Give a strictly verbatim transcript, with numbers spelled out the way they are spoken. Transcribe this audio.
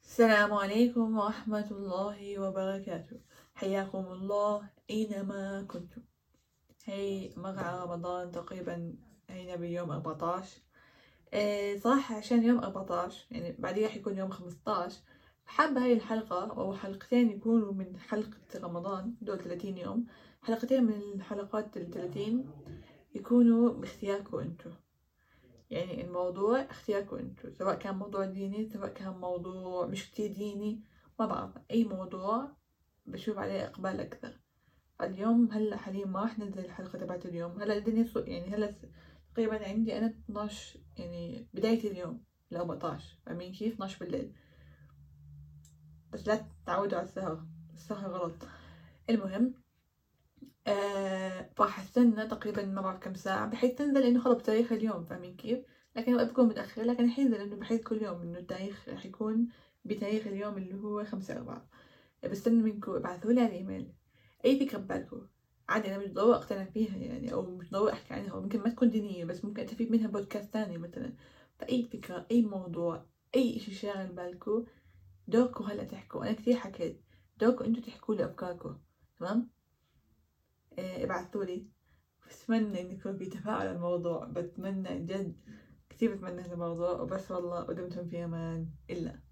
السلام عليكم ورحمة الله وبركاته. حياكم الله أينما كنتم. هي مقع رمضان تقريبا، هينا باليوم أربعتاش. إيه صراحة عشان يوم أربعتاش يعني بعدين راح يكون يوم خمستاش. حابة هاي الحلقة أو حلقتين يكونوا من حلقة رمضان، دول ثلاثين يوم. حلقتين من الحلقات الثلاثين يكونوا باختياركم انتو. يعني الموضوع اختياركم انتو، سواء كان موضوع ديني سواء كان موضوع مش كتير ديني، ما بعرف أي موضوع بشوف عليه إقبال أكثر. اليوم هلا حاليا ما راح ننزل الحلقة تبعت اليوم، هلا الدنيا سو يعني هلا تقريبا عندي أنا اثناش، يعني بداية اليوم ل أربعتاش، فاهمين كيف؟ اثناش بالليل. بس لا تتعودوا على السهر، السهر غلط. المهم آه راح استنى تقريبا ما بعرف كم ساعة بحيث تنزل، انه خلص بتاريخ اليوم، فاهمين كيف؟ لكن اوقات بكون متأخر، لكن رح ينزل انه بحيث كل يوم انه التاريخ رح يكون بتاريخ اليوم اللي هو خمسة أربعة. بستنى منكم ابعثولي على الايميل اي فكرة ببالكم. عادي انا مش ضروري اقتنع فيها يعني، او مش ضروري احكي عنها، او ممكن ما تكون دينية بس ممكن استفيد منها بودكاست تاني مثلا. فاي فكرة اي موضوع اي اشي شاغل بالكم، دوركم هلا تحكوا. انا كتير حكيت، دوركم انتوا تحكوا لي افكاركم. تمام؟ ابعثولي. بتمنى ان يكون في تفاعل على الموضوع، بتمنى جد كثير بتمنى هذا الموضوع. وبس والله ودمتم في امان الله.